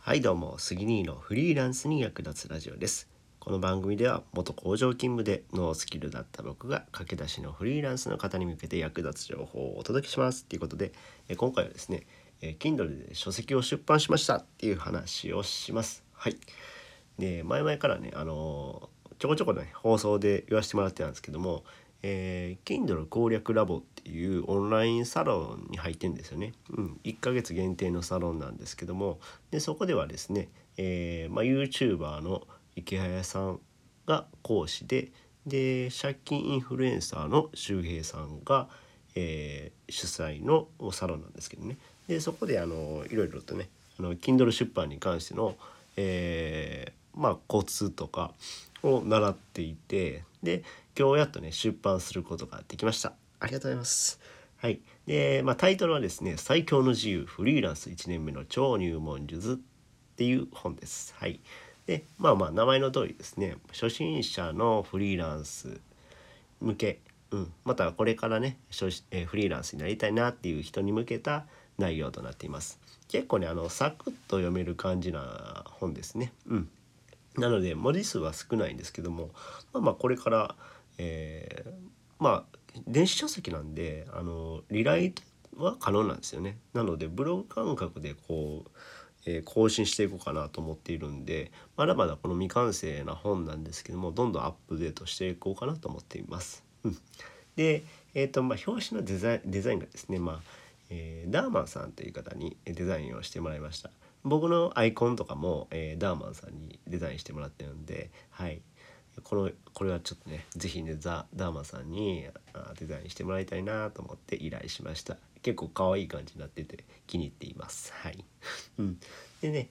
はいどうも、杉兄のフリーランスに役立つラジオです。この番組では元工場勤務でノースキルだった僕が駆け出しのフリーランスの方に向けて役立つ情報をお届けしますということで、今回はですね、Kindle で書籍を出版しましたっていう話をします。はい。で、前々からね、ちょこちょこね放送で言わせてもらってたんですけども、Kindle 攻略ラボっていうオンラインサロンに入ってるんですよね。1ヶ月限定のサロンなんですけども、でそこではですね、YouTuber の池早さんが講師で、借金インフルエンサーの周平さんが、主催のサロンなんですけどね。でそこでいろいろとねKindle 出版に関しての、コツとかを習っていて、で今日やっとね出版することができました。ありがとうございます。はい。で、タイトルはですね、最強の自由フリーランス1年目の超入門術っていう本です。はい。で、名前の通りですね、初心者のフリーランス向け、またこれからねフリーランスになりたいなっていう人に向けた内容となっています。結構ねサクッと読める感じな本ですね。なので文字数は少ないんですけども、これから、電子書籍なんでリライトは可能なんですよね。なのでブログ感覚で更新していこうかなと思っているんで、まだまだこの未完成な本なんですけども、どんどんアップデートしていこうかなと思っています。で、表紙のデザインがですね、ダーマンさんという方にデザインをしてもらいました。僕のアイコンとかも、ダーマンさんにデザインしてもらってるんで、はい、これはちょっとねぜひねダーマンさんにデザインしてもらいたいなと思って依頼しました。結構可愛い感じになってて気に入っています。はい。でね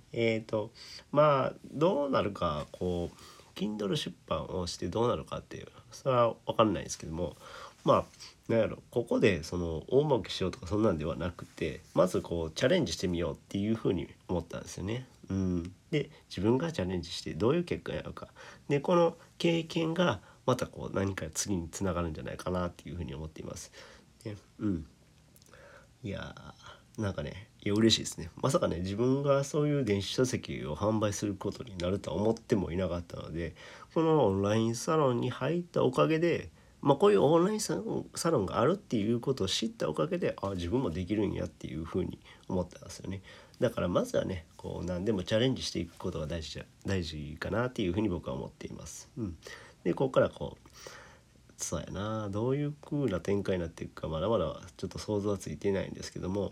どうなるかKindle 出版をしてどうなるかっていうそれは分かんないですけども、なんやろここでその大儲けしようとかそんなんではなくて、まずチャレンジしてみようっていうふうに思ったんですよね。で自分がチャレンジしてどういう結果になるかで、この経験がまた何か次につながるんじゃないかなっていうふうに思っています。でいやなんかね嬉しいですね。まさかね自分がそういう電子書籍を販売することになるとは思ってもいなかったので、このオンラインサロンに入ったおかげで、こういうオンラインサロンがあるっていうことを知ったおかげで、自分もできるんやっていうふうに思ったんですよね。だからまずはね何でもチャレンジしていくことが大事かなっていうふうに僕は思っています。でここからそうやな、どういう風な展開になっていくかまだまだちょっと想像はついていないんですけども、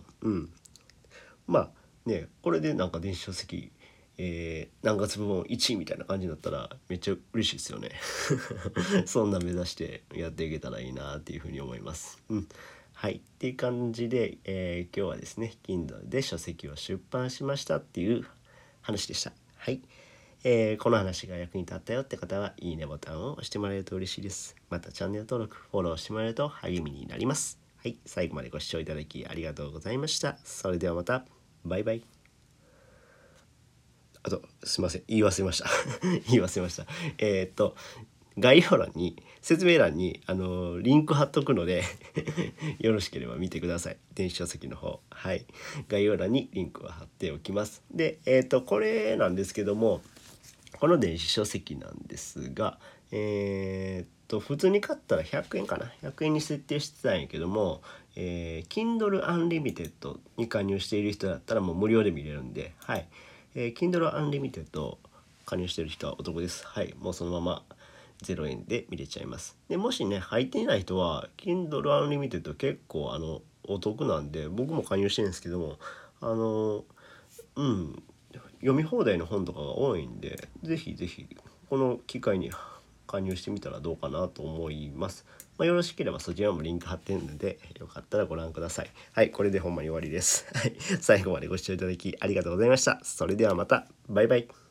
これでなんか電子書籍、何月部門1位みたいな感じになったらめっちゃ嬉しいですよね。そんな目指してやっていけたらいいなっていうふうに思います。はいっていう感じで、今日はですね Kindle で書籍を出版しましたっていう話でした。はい。この話が役に立ったよって方はいいねボタンを押してもらえると嬉しいです。またチャンネル登録フォローしてもらえると励みになります。はい、最後までご視聴いただきありがとうございました。それではまた。バイバイ。あとすいません、言い忘れました言い忘れました。概要欄に説明欄にリンク貼っとくのでよろしければ見てください。電子書籍の方、はい、概要欄にリンクを貼っておきます。でこれなんですけども、この電子書籍なんですが、普通に買ったら100円かな、100円に設定してたんやけども、Kindle Unlimited に加入している人だったらもう無料で見れるんで、はい、Kindle Unlimited 加入している人はお得です。はい、もうそのまま0円で見れちゃいます。でもしね入っていない人は Kindle Unlimited 結構お得なんで、僕も加入してるんですけども、読み放題の本とかが多いんで、ぜひぜひこの機会に加入してみたらどうかなと思います。よろしければそちらもリンク貼ってるので、よかったらご覧ください。はい、これでほんまに終わりです。はい、最後までご視聴いただきありがとうございました。それではまた。バイバイ。